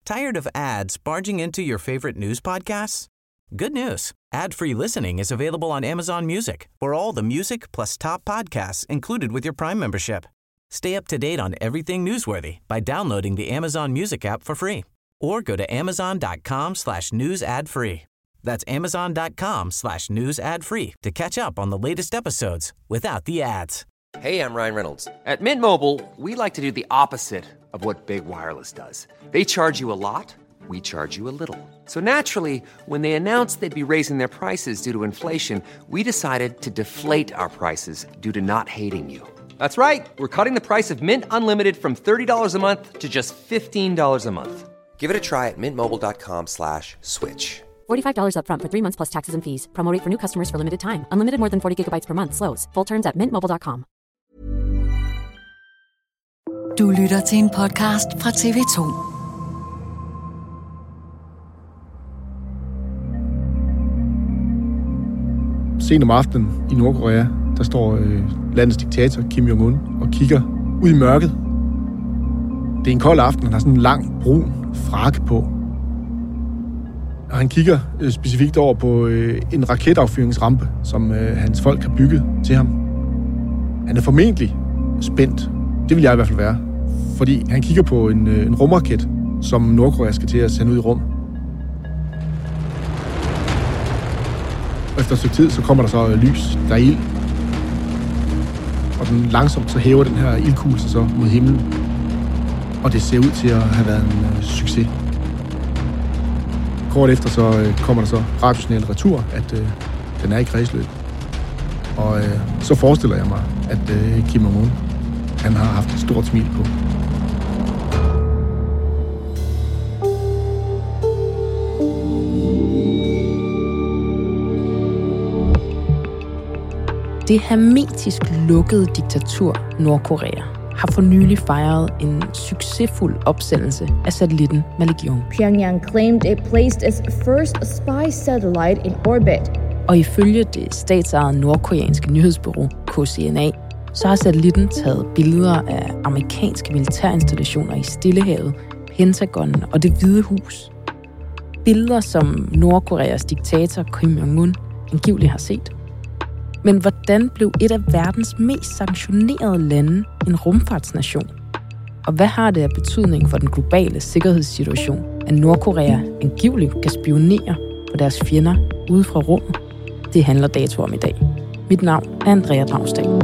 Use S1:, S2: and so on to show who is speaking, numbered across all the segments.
S1: Tired of ads barging into your favorite news podcasts? Good news. Ad-free listening is available on Amazon Music for all the music plus top podcasts included with your Prime membership. Stay up to date on everything newsworthy by downloading the Amazon Music app for free or go to amazon.com/news ad free. That's amazon.com/news ad free to catch up on the latest episodes without the ads.
S2: Hey, I'm Ryan Reynolds. At Mint Mobile, we like to do the opposite of what Big Wireless does. They charge you a lot, we charge you a little. So naturally, when they announced they'd be raising their prices due to inflation, we decided to deflate our prices due to not hating you. That's right. We're cutting the price of Mint Unlimited from $30 a month to just $15 a month. Give it a try at mintmobile.com/switch.
S3: $45 up front for 3 months plus taxes and fees. Promo rate for new customers for limited time. Unlimited more than 40 gigabytes per month. Slows full terms at mintmobile.com.
S4: Du lytter til en podcast fra TV2.
S5: Sent om aftenen i Nordkorea, der står landets diktator Kim Jong-un og kigger ud i mørket. Det er en kold aften, han har sådan en lang, brun frakke på. Og han kigger specifikt over på en raketaffyringsrampe, som hans folk har bygget til ham. Han er formentlig spændt. Det vil jeg i hvert fald være. Fordi han kigger på en rumraket, som Nordkorea skal til at sende ud i rum. Og efter et stykke tid, så kommer der så lys. Der er ild. Og den langsomt så hæver den her ildkugle sig så mod himlen. Og det ser ud til at have været en succes. Kort efter så kommer der så radiosignal retur, at den er i kredsløb. Og så forestiller jeg mig, at Kim Jong-un, han har haft et stort smil på.
S6: Det hermetisk lukkede diktatur Nordkorea har for nylig fejret en succesfuld opsendelse af satellitten Malekyon.
S7: Pyongyang claimed it placed its first spy satellite in orbit.
S6: Og ifølge det statsejede nordkoreanske nyhedsbureau KCNA, så har satellitten taget billeder af amerikanske militærinstallationer i Stillehavet, Pentagon og Det Hvide Hus. Billeder, som Nordkoreas diktator Kim Jong-un angiveligt har set. Men hvordan blev et af verdens mest sanktionerede lande en rumfartsnation? Og hvad har det af betydning for den globale sikkerhedssituation, at Nordkorea angiveligt kan spionere på deres fjender ude fra rummet? Det handler Dato om i dag. Mit navn er Andrea Dragsted.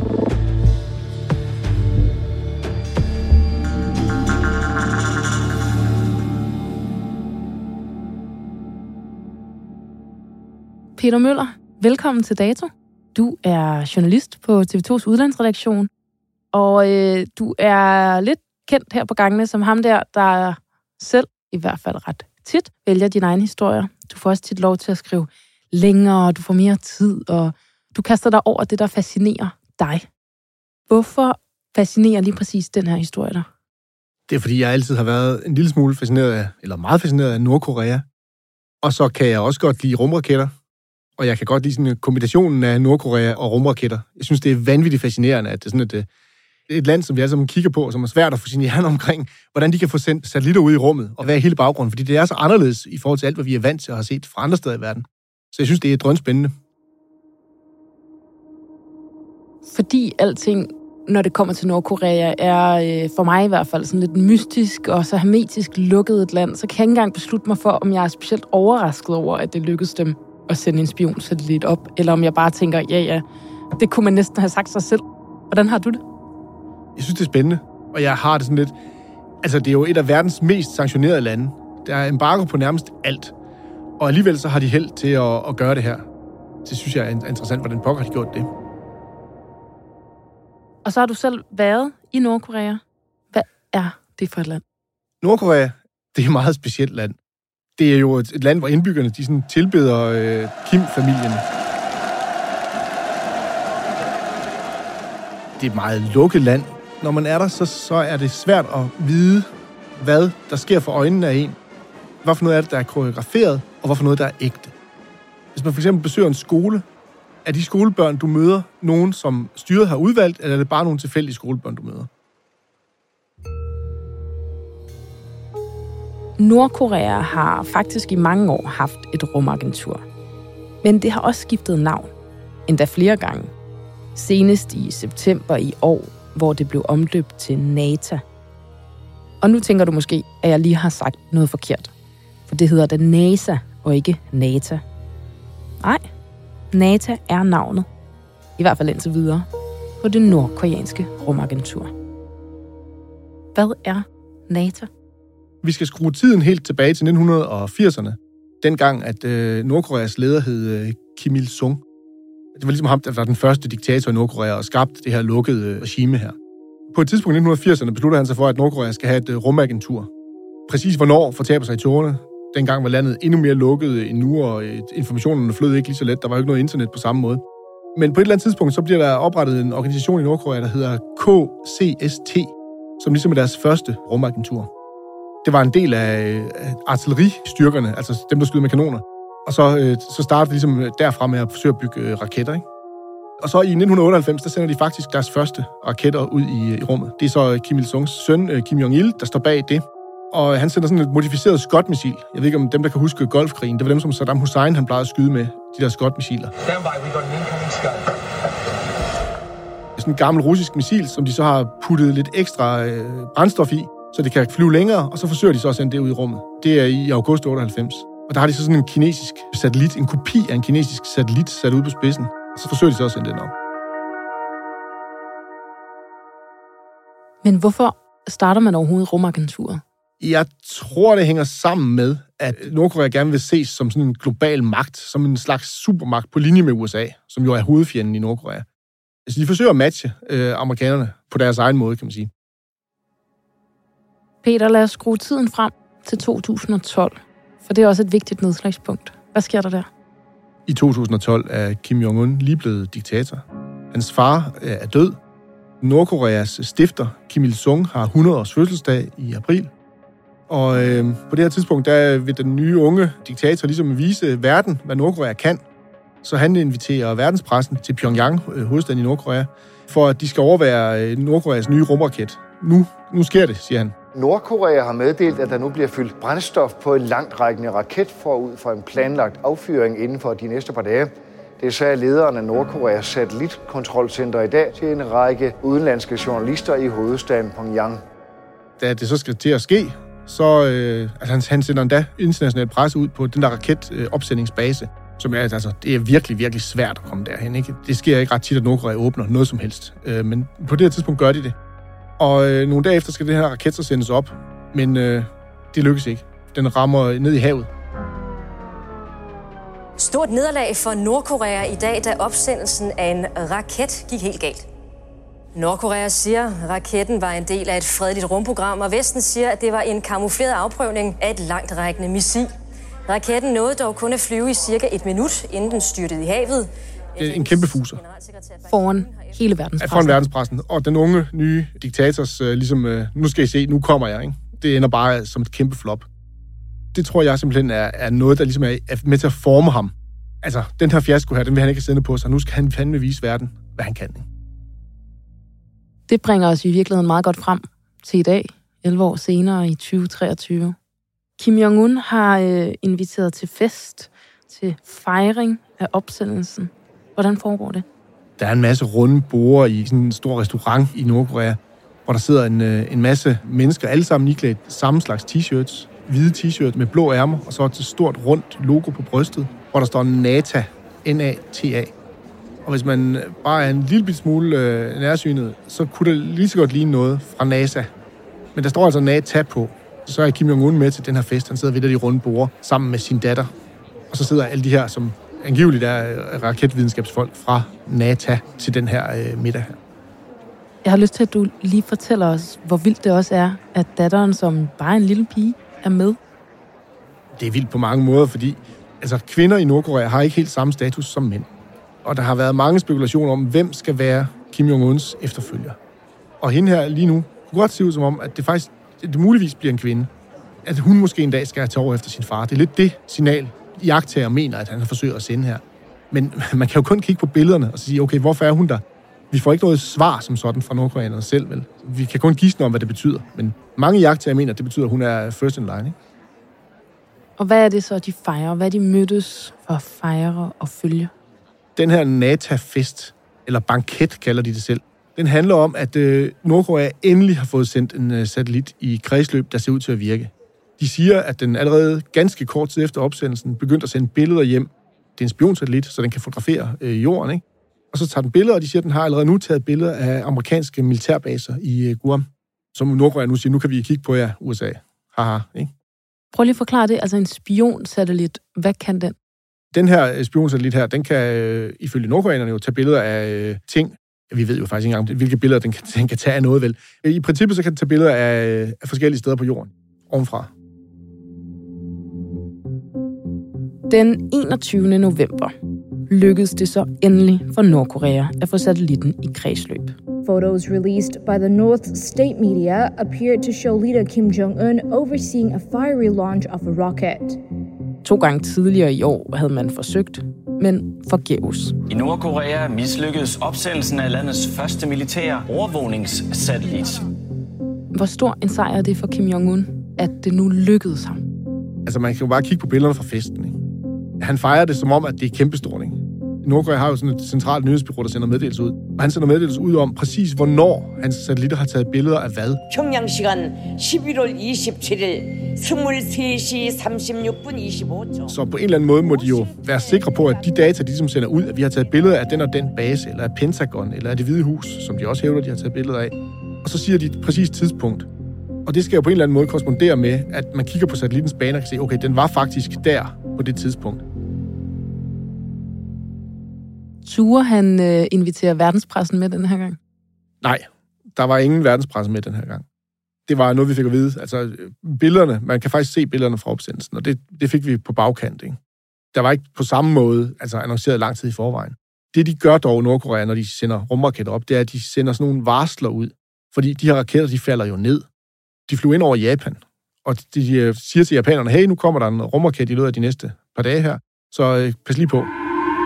S6: Peter Møller, velkommen til Dato. Du er journalist på TV2's udlandsredaktion, og du er lidt kendt her på gangene som ham der selv, i hvert fald ret tit, vælger dine egne historier. Du får også tit lov til at skrive længere, du får mere tid, og du kaster dig over det, der fascinerer dig. Hvorfor fascinerer lige præcis den her historie dig?
S5: Det er, fordi jeg altid har været en lille smule fascineret af, eller meget fascineret af Nordkorea. Og så kan jeg også godt lide rumraketter. Og jeg kan godt lide sådan kombinationen af Nordkorea og rumraketter. Jeg synes, det er vanvittigt fascinerende, at det er sådan et land, som vi alle sammen kigger på, som er svært at få sin hjerne omkring, hvordan de kan få sendt satellitter ud i rummet, og hvad er hele baggrunden, fordi det er så anderledes i forhold til alt, hvad vi er vant til at have set fra andre steder i verden. Så jeg synes, det er drønspændende.
S6: Fordi alting, når det kommer til Nordkorea, er for mig i hvert fald sådan lidt mystisk og så hermetisk lukket et land, så kan jeg ikke engang beslutte mig for, om jeg er specielt overrasket over, at det lykkedes dem at sende en spionsatellit op, eller om jeg bare tænker, ja, det kunne man næsten have sagt sig selv. Hvordan har du det?
S5: Jeg synes, det er spændende, og jeg har det sådan lidt... Altså, det er jo et af verdens mest sanktionerede lande. Der er embargo på nærmest alt. Og alligevel så har de held til at gøre det her. Det synes jeg er interessant, hvordan pokker har de gjort det.
S6: Og så har du selv været i Nordkorea. Hvad er det for et land?
S5: Nordkorea, det er et meget specielt land. Det er jo et land, hvor indbyggerne de sådan tilbeder Kim-familien. Det er et meget lukket land. Når man er der, så er det svært at vide, hvad der sker for øjnene af en. Hvad for noget af det, der er koreograferet, og hvad for noget, der er ægte. Hvis man for eksempel besøger en skole, er de skolebørn, du møder, nogen, som styret har udvalgt, eller er det bare nogle tilfældige skolebørn, du møder?
S6: Nordkorea har faktisk i mange år haft et rumagentur. Men det har også skiftet navn, endda flere gange. Senest i september i år, hvor det blev omdøbt til NASA. Og nu tænker du måske, at jeg lige har sagt noget forkert. For det hedder da NASA og ikke NATO. Nej, NATO er navnet. I hvert fald indtil videre. På det nordkoreanske rumagentur. Hvad er NATO?
S5: Vi skal skrue tiden helt tilbage til 1980'erne. Dengang, at Nordkoreas leder hed Kim Il-sung. Det var ligesom ham, der var den første diktator i Nordkorea og skabte det her lukkede regime her. På et tidspunkt i 1980'erne besluttede han sig for, at Nordkorea skal have et rumagentur. Præcis hvornår fortaber sig i tårerne. Dengang var landet endnu mere lukket end nu, og informationerne flød ikke lige så let. Der var jo ikke noget internet på samme måde. Men på et eller andet tidspunkt, så bliver der oprettet en organisation i Nordkorea, der hedder KCST, som ligesom er deres første rumagentur. Det var en del af artilleristyrkerne, altså dem, der skød med kanoner. Og så startede de ligesom derfra med at forsøge at bygge raketter, ikke? Og så i 1998, der sender de faktisk deres første raketter ud i rummet. Det er så Kim Il-sungs søn, Kim Jong-il, der står bag det. Og han sender sådan et modificeret Scud-missil. Jeg ved ikke, om dem, der kan huske Golfkrigen, det var dem, som Saddam Hussein han plejede at skyde med, de der Scud-missiler. Sådan en gammel russisk missil, som de så har puttet lidt ekstra brændstof i, så det kan flyve længere, og så forsøger de så at sende det ud i rummet. Det er i august 98. Og der har de så sådan en kinesisk satellit, en kopi af en kinesisk satellit sat ud på spidsen. Og så forsøger de så at sende den op.
S6: Men hvorfor starter man overhovedet rumagenturet?
S5: Jeg tror, det hænger sammen med, at Nordkorea gerne vil ses som sådan en global magt, som en slags supermagt på linje med USA, som jo er hovedfjenden i Nordkorea. Altså, de forsøger at matche amerikanerne på deres egen måde, kan man sige.
S6: Peter, lad os skrue tiden frem til 2012, for det er også et vigtigt nedslagspunkt. Hvad sker der der?
S5: I 2012 er Kim Jong-un lige blevet diktator. Hans far er død. Nordkoreas stifter, Kim Il-sung, har 100-års fødselsdag i april. Og på det her tidspunkt, der vil den nye unge diktator ligesom vise verden, hvad Nordkorea kan. Så han inviterer verdenspressen til Pyongyang, hovedstaden i Nordkorea, for at de skal overvære Nordkoreas nye rumraket. Nu sker det, siger han.
S8: Nordkorea har meddelt, at der nu bliver fyldt brændstof på en langtrækkende raket forud for en planlagt affyring inden for de næste par dage. Det sagde lederen af Nordkoreas satellitkontrolcenter i dag til en række udenlandske journalister i hovedstaden Pyongyang.
S5: Da det så skal til at ske, så han sender endda international presse ud på den der raketopsendingsbase, som det er virkelig, virkelig svært at komme derhen. Ikke? Det sker ikke ret tit, at Nordkorea åbner noget som helst. Men på det her tidspunkt gør de det. Og nogle dage efter skal det her raket så sendes op, men det lykkes ikke. Den rammer ned i havet.
S9: Stort nederlag for Nordkorea i dag, da opsendelsen af en raket gik helt galt. Nordkorea siger, at raketten var en del af et fredeligt rumprogram, og Vesten siger, at det var en kamufleret afprøvning af et langtrækkende missil. Raketten nåede dog kun at flyve i cirka 1 minut, inden den styrtede i havet.
S5: En kæmpe fuser.
S6: Foran hele verdenspressen.
S5: Foran verdenspressen. Og den unge, nye diktators, nu skal I se, nu kommer jeg, ikke? Det ender bare som et kæmpe flop. Det tror jeg simpelthen er noget, der ligesom er med til at forme ham. Altså, den her fiasko her, den vil han ikke have siddende på sig. Nu skal han fandme vise verden, hvad han kan. Ikke?
S6: Det bringer os i virkeligheden meget godt frem til i dag, 11 år senere i 2023. Kim Jong-un har inviteret til fest, til fejring af opsendelsen. Hvordan foregår det?
S5: Der er en masse runde borde i sådan en stor restaurant i Nordkorea, hvor der sidder en masse mennesker, alle sammen iklædt samme slags t-shirts. Hvide t-shirt med blå ærmer, og så et stort rundt logo på brystet, hvor der står NATO, N-A-T-A. Og hvis man bare er en lille smule nærsynet, så kunne det lige så godt ligne noget fra NASA. Men der står altså NATO på. Så er Kim Jong-un med til den her fest. Han sidder ved de runde borde sammen med sin datter. Og så sidder alle de her, som angiveligt er raketvidenskabsfolk fra NATO til den her middag her.
S6: Jeg har lyst til, at du lige fortæller os, hvor vildt det også er, at datteren, som bare er en lille pige, er med.
S5: Det er vildt på mange måder, fordi kvinder i Nordkorea har ikke helt samme status som mænd. Og der har været mange spekulationer om, hvem skal være Kim Jong-uns efterfølger. Og hende her lige nu kunne godt se ud som om, at det faktisk det muligvis bliver en kvinde. At hun måske en dag skal tage over efter sin far. Det er lidt det signal, iagttager mener, at han forsøger at sende her. Men man kan jo kun kigge på billederne og sige, okay, hvorfor er hun der? Vi får ikke noget svar som sådan fra nordkoreanerne selv, vel? Vi kan kun gisne om, hvad det betyder. Men mange iagttager mener, at det betyder, at hun er first in line, ikke?
S6: Og hvad er det så, de fejrer? Hvad de mødtes for at fejre og følge?
S5: Den her NATO-fest, eller banket kalder de det selv, den handler om, at Nordkorea endelig har fået sendt en satellit i kredsløb, der ser ud til at virke. De siger, at den allerede ganske kort tid efter opsendelsen begyndte at sende billeder hjem. Det er en spionsatellit, så den kan fotografere jorden, ikke? Og så tager den billeder, og de siger, at den har allerede nu taget billeder af amerikanske militærbaser i Guam, som Nordkorea nu siger, nu kan vi kigge på jer, USA. Haha, ikke?
S6: Prøv lige at forklare det. Altså en spionsatellit, hvad kan den?
S5: Den her spionsatellit her, den kan ifølge nordkoreanerne jo tage billeder af ting. Vi ved jo faktisk ikke engang, hvilke billeder den kan tage af noget, vel. I princippet så kan den tage billeder af forskellige steder på jorden, ovenfra.
S6: Den 21. november lykkedes det så endelig for Nordkorea at få satellitten i kredsløb.
S7: Photos released by the North State media appeared to show leader Kim Jong-un overseeing a fiery launch of a rocket.
S6: 2 gange tidligere i år havde man forsøgt, men forgæves.
S10: I Nordkorea mislykkedes opsendelsen af landets første militære overvågningssatellit.
S6: Hvor stor en sejr er det for Kim Jong-un, at det nu lykkedes ham?
S5: Altså, man kan jo bare kigge på billederne fra festen, ikke? Han fejrer det som om, at det er kæmpestort, ikke? Nordkorea har jo sådan et centralt nyhedsbureau, der sender meddelelser ud. Og han sender meddelelser ud om præcis, hvornår hans satellitter har taget billeder af hvad.
S11: 평양시간 11월 27일 23시 36분 25초.
S5: Så på en eller anden måde må de jo være sikre på, at de data, de som sender ud, at vi har taget billeder af den og den base, eller af Pentagon, eller af Det Hvide Hus, som de også hævder, de har taget billeder af. Og så siger de et præcis tidspunkt. Og det skal jo på en eller anden måde korrespondere med, at man kigger på satellittens bane og kan se, okay, den var faktisk der på det tidspunkt.
S6: Turde han invitere verdenspressen med den her gang?
S5: Nej, der var ingen verdenspresse med den her gang. Det var noget, vi fik at vide. Altså, billederne, man kan faktisk se billederne fra opsendelsen, og det fik vi på bagkant, ikke? Der var ikke på samme måde annonceret lang tid i forvejen. Det, de gør dog i Nordkorea, når de sender rumraketter op, det er, at de sender sådan nogle varsler ud. Fordi de her raketter, de falder jo ned. De flyver ind over Japan, og de siger til japanerne, hey, nu kommer der en rumraket i løbet af de næste par dage her, så pas lige på.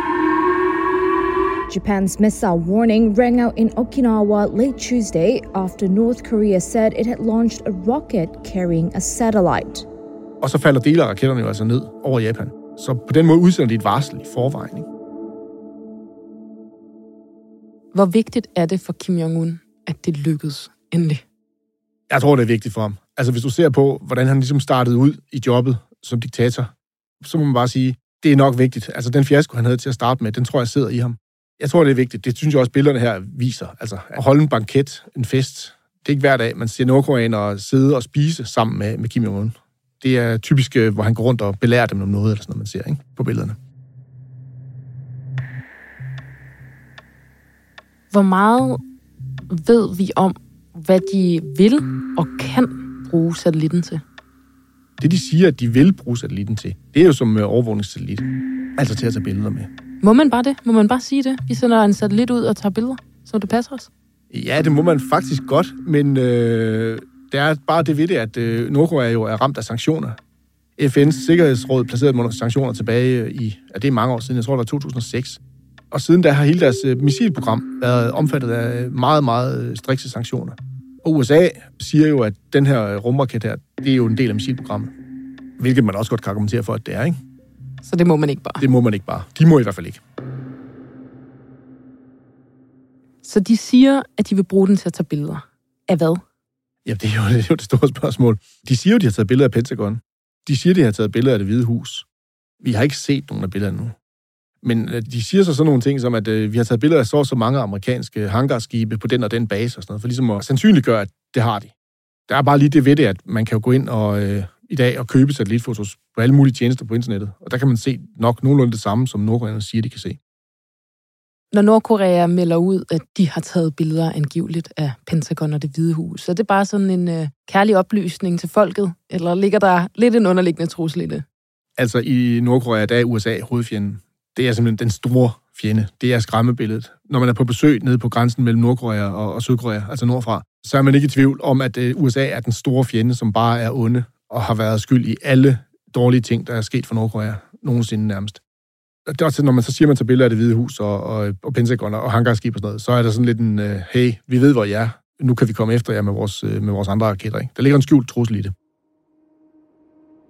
S7: Japan's missile warning rang out in Okinawa late Tuesday after North Korea said it had launched a rocket carrying a satellite.
S5: Og så falder dele af raketterne jo altså ned over Japan. Så på den måde udsender de et varsel i forvejen, ikke?
S6: Hvor vigtigt er det for Kim Jong-un, at det lykkedes endelig?
S5: Jeg tror, det er vigtigt for ham. Altså, hvis du ser på, hvordan han ligesom startede ud i jobbet som diktator, så må man bare sige, det er nok vigtigt. Altså, den fiasko, han havde til at starte med, den tror jeg sidder i ham. Jeg tror, det er vigtigt. Det synes jeg også, billederne her viser. Altså, at holde en banket, en fest, det er ikke hver dag, man ser nordkoreanere sidde og spise sammen med Kim Jong-un. Det er typisk, hvor han går rundt og belærer dem om noget, eller sådan noget, man ser, ikke? På billederne.
S6: Hvor meget ved vi om, hvad de vil og kan bruge satellitten til?
S5: Det, de siger, at de vil bruge satellitten til, det er jo som overvågningssatellit. Altså til at tage billeder med.
S6: Må man bare det? Må man bare sige det? Vi sender en satellit ud og tager billeder, så det passer os?
S5: Ja, det må man faktisk godt, men der er bare det ved det, at Nordkorea jo er ramt af sanktioner. FN's Sikkerhedsråd placerede dem under sanktioner tilbage i, det er mange år siden, jeg tror det var 2006. Og siden da har hele deres missilprogram været omfattet af meget, meget strikse sanktioner. Og USA siger jo, at den her rumraket her, det er jo en del af missilprogrammet. Hvilket man også godt kan argumentere for, at det er, ikke?
S6: Så det må man ikke bare?
S5: Det må man ikke bare. De må i hvert fald ikke.
S6: Så de siger, at de vil bruge den til at tage billeder. Af hvad?
S5: Ja, det er jo det store spørgsmål. De siger jo, at de har taget billeder af Pentagon. De siger, at de har taget billeder af Det Hvide Hus. Vi har ikke set nogen af billederne nu. Men de siger så sådan nogle ting som, at vi har taget billeder af så mange amerikanske hangarskibe på den og den base og sådan noget, for ligesom at sandsynliggøre, at det har de. Der er bare lige det ved det, at man kan jo gå ind og i dag og købe satellitfotos på alle mulige tjenester på internettet, og der kan man se nok nogenlunde det samme, som nordkoreanerne siger, de kan se.
S6: Når Nordkorea melder ud, at de har taget billeder angiveligt af Pentagon og Det Hvide Hus, så er det bare sådan en kærlig oplysning til folket, eller ligger der lidt en underliggende trussel i det?
S5: Altså i Nordkorea, der er USA hovedfjenden. Det er simpelthen den store fjende. Det er skræmmebilledet. Når man er på besøg nede på grænsen mellem Nordkorea og Sydkorea, altså nordfra, så er man ikke i tvivl om, at USA er den store fjende, som bare er onde og har været skyld i alle dårlige ting, der er sket for Nordkorea nogensinde nærmest. Det er også, når man så siger, man tager billeder af Det Hvide Hus og Pentagon og hangarskib og sådan noget, så er der sådan lidt en, hey, vi ved, hvor I er. Nu kan vi komme efter jer med vores andre raketter. Ikke? Der ligger en skjult trussel i det.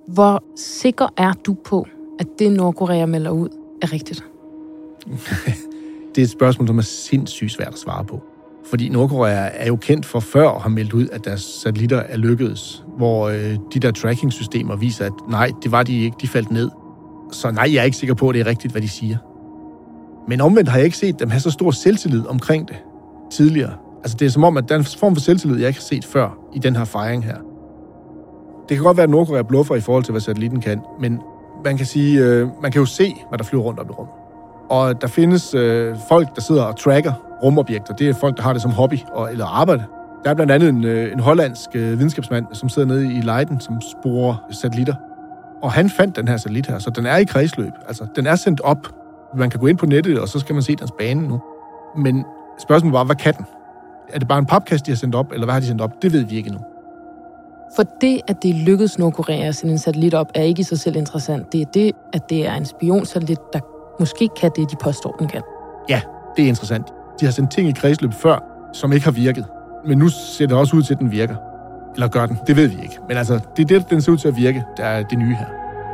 S6: Hvor sikker er du på, at det Nordkorea melder ud er rigtigt?
S5: Det er et spørgsmål, som er sindssygt svært at svare på. Fordi Nordkorea er jo kendt for før at have meldt ud, at deres satellitter er lykkedes, hvor de der tracking-systemer viser, at nej, det var de ikke, de faldt ned. Så nej, jeg er ikke sikker på, at det er rigtigt, hvad de siger. Men omvendt har jeg ikke set dem have så stor selvtillid omkring det tidligere. Altså det er som om, at der er en form for selvtillid, jeg ikke har set før i den her fejring her. Det kan godt være, at Nordkorea bluffer i forhold til, hvad satellitten kan, men man kan sige, man kan jo se, hvad der flyver rundt op i rummet. Og der findes folk, der sidder og tracker rumobjekter. Det er folk, der har det som hobby eller arbejde. Der er blandt andet en hollandsk videnskabsmand, som sidder nede i Leiden, som sporer satellitter. Og han fandt den her satellit her, så den er i kredsløb. Altså, den er sendt op. Man kan gå ind på nettet, og så skal man se dens bane nu. Men spørgsmålet var, hvad kan den? Er det bare en papkasse, de har sendt op, eller hvad har de sendt op? Det ved vi ikke endnu.
S6: For det, at det lykkedes Nordkorea at sende en satellit op, er ikke i sig selv interessant. Det er det, at det er en spionsatellit, der måske kan det, de påstår, den kan.
S5: Ja, det er interessant. De har sendt ting i kredsløb før, som ikke har virket. Men nu ser det også ud til, at den virker. Eller gør den? Det ved vi ikke. Men altså, det er det, den ser ud til at virke, der er det nye her.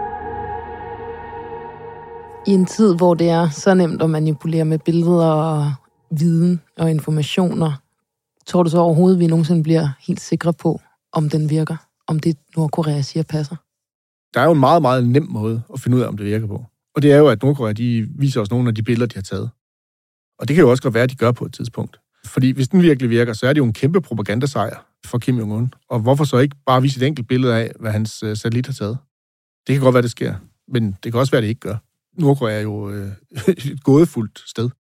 S6: I en tid, hvor det er så nemt at manipulere med billeder og viden og informationer, tror du så overhovedet, at vi nogensinde bliver helt sikre på, om den virker? Om det Nordkorea siger passer?
S5: Der er jo en meget, meget nem måde at finde ud af, om det virker på. Og det er jo, at Nordkorea de viser os nogle af de billeder, de har taget. Og det kan jo også godt være, at de gør på et tidspunkt. Fordi hvis den virkelig virker, så er det jo en kæmpe propagandasejr for Kim Jong-un. Og hvorfor så ikke bare vise et enkelt billede af, hvad hans satellit har taget? Det kan godt være, det sker. Men det kan også være, det ikke gør. Nordkorea er jo et gådefuldt sted.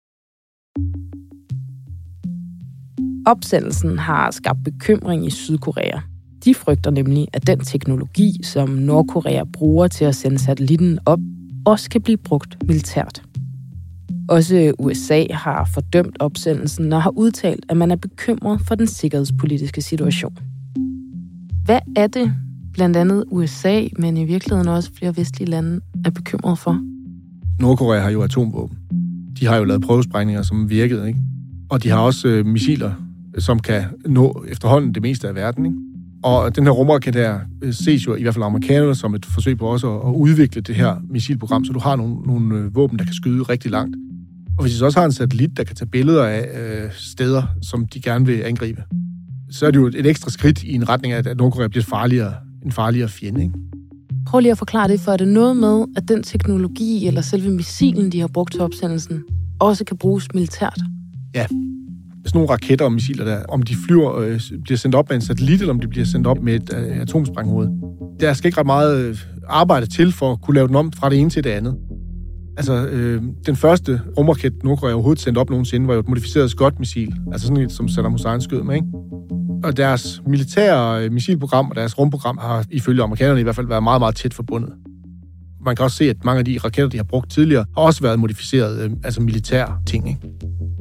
S6: Opsendelsen har skabt bekymring i Sydkorea. De frygter nemlig, at den teknologi, som Nordkorea bruger til at sende satellitten op, også kan blive brugt militært. Også USA har fordømt opsendelsen og har udtalt, at man er bekymret for den sikkerhedspolitiske situation. Hvad er det, blandt andet USA, men i virkeligheden også flere vestlige lande, er bekymret for?
S5: Nordkorea har jo atomvåben. De har jo lavet prøvesprængninger, som virkede, ikke? Og de har også missiler, som kan nå efterhånden det meste af verden, ikke? Og den her rumraket her ses jo i hvert fald amerikanerne som et forsøg på også at udvikle det her missilprogram, så du har nogle våben, der kan skyde rigtig langt. Og hvis de så også har en satellit, der kan tage billeder af steder, som de gerne vil angribe, så er det jo et ekstra skridt i en retning af, at Nordkorea bliver en farligere fjende, ikke?
S6: Prøv lige at forklare det, for er det noget med, at den teknologi eller selve missilen, de har brugt til opsendelsen, også kan bruges militært?
S5: Ja. Sådan nogle raketter og missiler der, om de flyver, bliver sendt op med en satellit, eller om de bliver sendt op med et atomsprænghoved. Der skal ikke ret meget arbejde til for at kunne lave den om fra det ene til det andet. Altså, den første rumraket, Nordkorea overhovedet sendte op nogensinde, var jo et modificeret Scud-missil. Altså sådan et, som Saddam Hussein skød med, ikke? Og deres militære missilprogram og deres rumprogram har ifølge amerikanerne i hvert fald været meget, meget tæt forbundet. Man kan også se, at mange af de raketter, de har brugt tidligere, har også været modificeret, altså militære ting, ikke?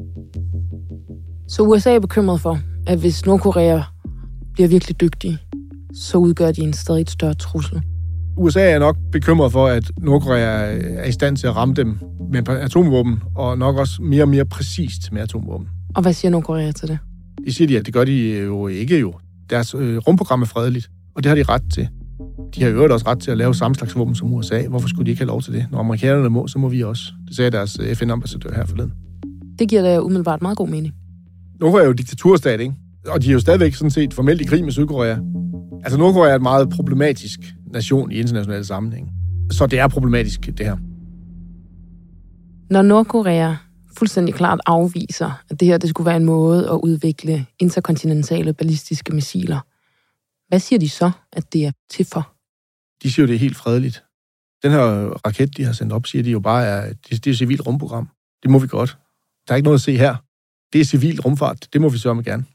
S6: Så USA er bekymret for, at hvis Nordkorea bliver virkelig dygtige, så udgør de en stadig større trussel.
S5: USA er nok bekymret for, at Nordkorea er i stand til at ramme dem med atomvåben, og nok også mere og mere præcist med atomvåben.
S6: Og hvad siger Nordkorea til det?
S5: De siger de, at det gør de jo ikke jo. Deres rumprogram er fredeligt, og det har de ret til. De har jo også ret til at lave samme slags våben som USA. Hvorfor skulle de ikke have lov til det? Når amerikanerne må, så må vi også. Det sagde deres FN-ambassadør her forleden.
S6: Det giver da umiddelbart meget god mening.
S5: Nordkorea er jo diktaturstat, ikke? Og de er jo stadigvæk sådan set formelt i krig med Sydkorea. Altså Nordkorea er et meget problematisk nation i internationale sammenhæng. Så det er problematisk, det her.
S6: Når Nordkorea fuldstændig klart afviser, at det her det skulle være en måde at udvikle interkontinentale ballistiske missiler, hvad siger de så, at det er til for?
S5: De siger jo, det er helt fredeligt. Den her raket, de har sendt op, siger de jo bare, at det er et civilt rumprogram. Det må vi godt. Der er ikke noget at se her. Det er civil rumfart. Det må vi sørge med gerne.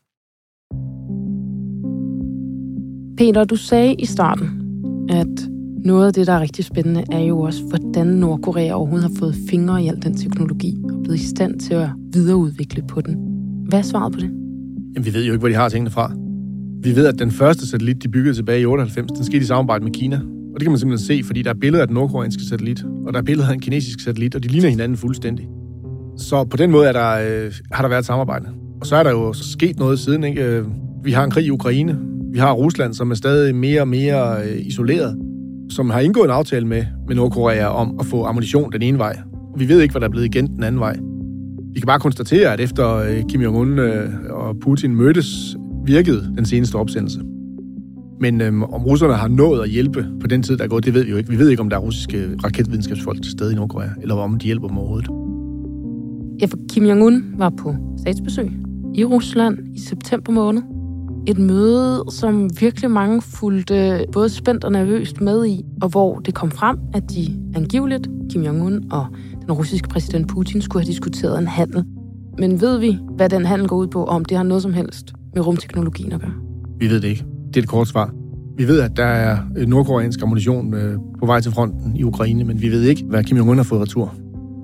S6: Peter, du sagde i starten, at noget af det, der er rigtig spændende, er jo også, hvordan Nordkorea overhovedet har fået fingre i al den teknologi og blevet i stand til at videreudvikle på den. Hvad er svaret på det?
S5: Jamen, vi ved jo ikke, hvor de har tingene fra. Vi ved, at den første satellit, de byggede tilbage i 98, den skete i samarbejde med Kina. Og det kan man simpelthen se, fordi der er billeder af den nordkoreanske satellit, og der er billeder af en kinesisk satellit, og de ligner hinanden fuldstændig. Så på den måde har der været et samarbejde. Og så er der jo sket noget siden, ikke? Vi har en krig i Ukraine. Vi har Rusland, som er stadig mere og mere isoleret. som har indgået en aftale med Nordkorea om at få ammunition den ene vej. Vi ved ikke, hvad der er blevet igen den anden vej. Vi kan bare konstatere, at efter Kim Jong-un og Putin mødtes, virkede den seneste opsendelse. Men om russerne har nået at hjælpe på den tid, der er gået, det ved vi jo ikke. Vi ved ikke, om der er russiske raketvidenskabsfolk til stede i Nordkorea, eller om de hjælper dem overhovedet.
S6: Ja, for Kim Jong-un var på statsbesøg i Rusland i september måned. Et møde, som virkelig mange fulgte både spændt og nervøst med i, og hvor det kom frem, at de angiveligt, Kim Jong-un og den russiske præsident Putin, skulle have diskuteret en handel. Men ved vi, hvad den handel går ud på, og om det har noget som helst med rumteknologien at gøre?
S5: Vi ved det ikke. Det er det korte svar. Vi ved, at der er nordkoreansk ammunition på vej til fronten i Ukraine, men vi ved ikke, hvad Kim Jong-un har fået retur.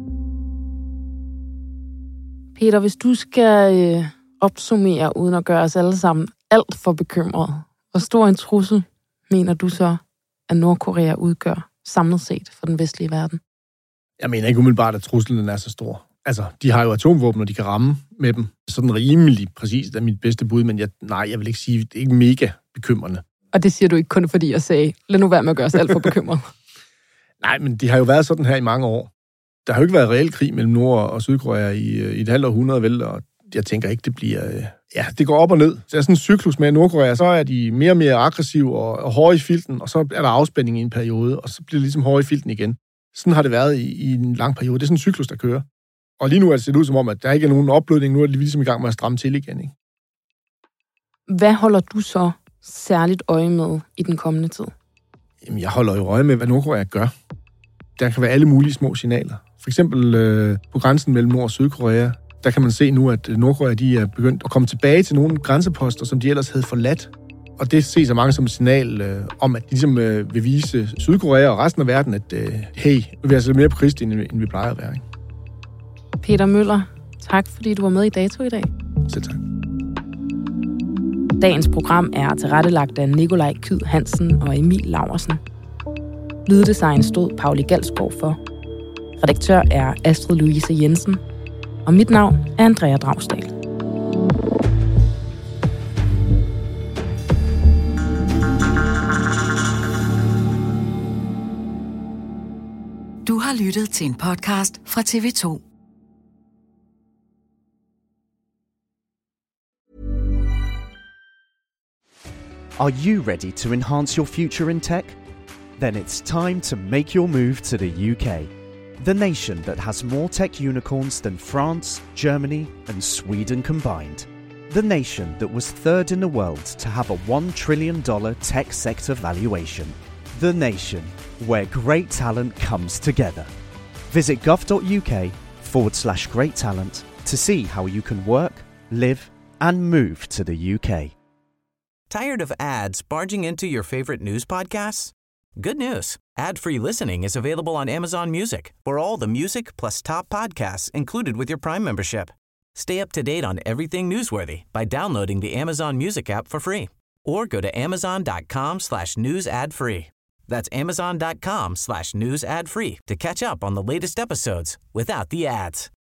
S6: Peter, hvis du skal opsummere, uden at gøre os alle sammen alt for bekymret, hvor stor en trussel mener du så, at Nordkorea udgør samlet set for den vestlige verden?
S5: Jeg mener ikke umiddelbart, at truslen er så stor. Altså, de har jo atomvåben, og de kan ramme med dem. Sådan rimelig præcis er mit bedste bud, men jeg vil ikke sige, det er ikke mega bekymrende.
S6: Og det siger du ikke kun fordi jeg sagde, lad nu være med at gøre os alt for bekymret.
S5: Nej, men det har jo været sådan her i mange år. Der har jo ikke været reel krig mellem Nord- og Sydkorea i et halvt århundrede, vel, og jeg tænker ikke, det bliver... Ja, det går op og ned. Så der er sådan en cyklus med Nordkorea, så er de mere og mere aggressive og hårde i filten, og så er der afspænding i en periode, og så bliver det ligesom hårde i filten igen. Sådan har det været i en lang periode. Det er sådan en cyklus, der kører. Og lige nu er det set ud som om, at der ikke er nogen opblødning. Nu er de ligesom i gang med at stramme til igen, ikke?
S6: Hvad holder du så særligt øje med i den kommende tid?
S5: Jamen, jeg holder jo øje med, hvad Nordkorea gør. Der kan være alle mulige små signaler. For eksempel på grænsen mellem Nord- og Sydkorea, der kan man se nu, at Nordkorea de er begyndt at komme tilbage til nogle grænseposter, som de ellers havde forladt. Og det ses af mange som et signal om, at de ligesom vil vise Sydkorea og resten af verden, at hey, vi er altså mere på krist, end vi plejer at være. Ikke?
S6: Peter Møller, tak fordi du var med i Dato i dag.
S5: Selv tak.
S6: Dagens program er tilrettelagt af Nikolaj Kyed Hansen og Emil Laursen. Lyddesign stod Pauli Galsgaard for. Redaktør er Astrid Louise Jensen. Og mit navn er Andrea Dragsdal.
S4: Du har lyttet til en podcast fra TV2.
S12: Are you ready to enhance your future in tech? Then it's time to make your move to the UK. The nation that has more tech unicorns than France, Germany, and Sweden combined. The nation that was third in the world to have a $1 trillion tech sector valuation. The nation where great talent comes together. Visit gov.uk/great talent to see how you can work, live, and move to the UK.
S1: Tired of ads barging into your favorite news podcasts? Good news. Ad-free listening is available on Amazon Music for all the music plus top podcasts included with your Prime membership. Stay up to date on everything newsworthy by downloading the Amazon Music app for free or go to amazon.com/news ad free. That's amazon.com/news ad free to catch up on the latest episodes without the ads.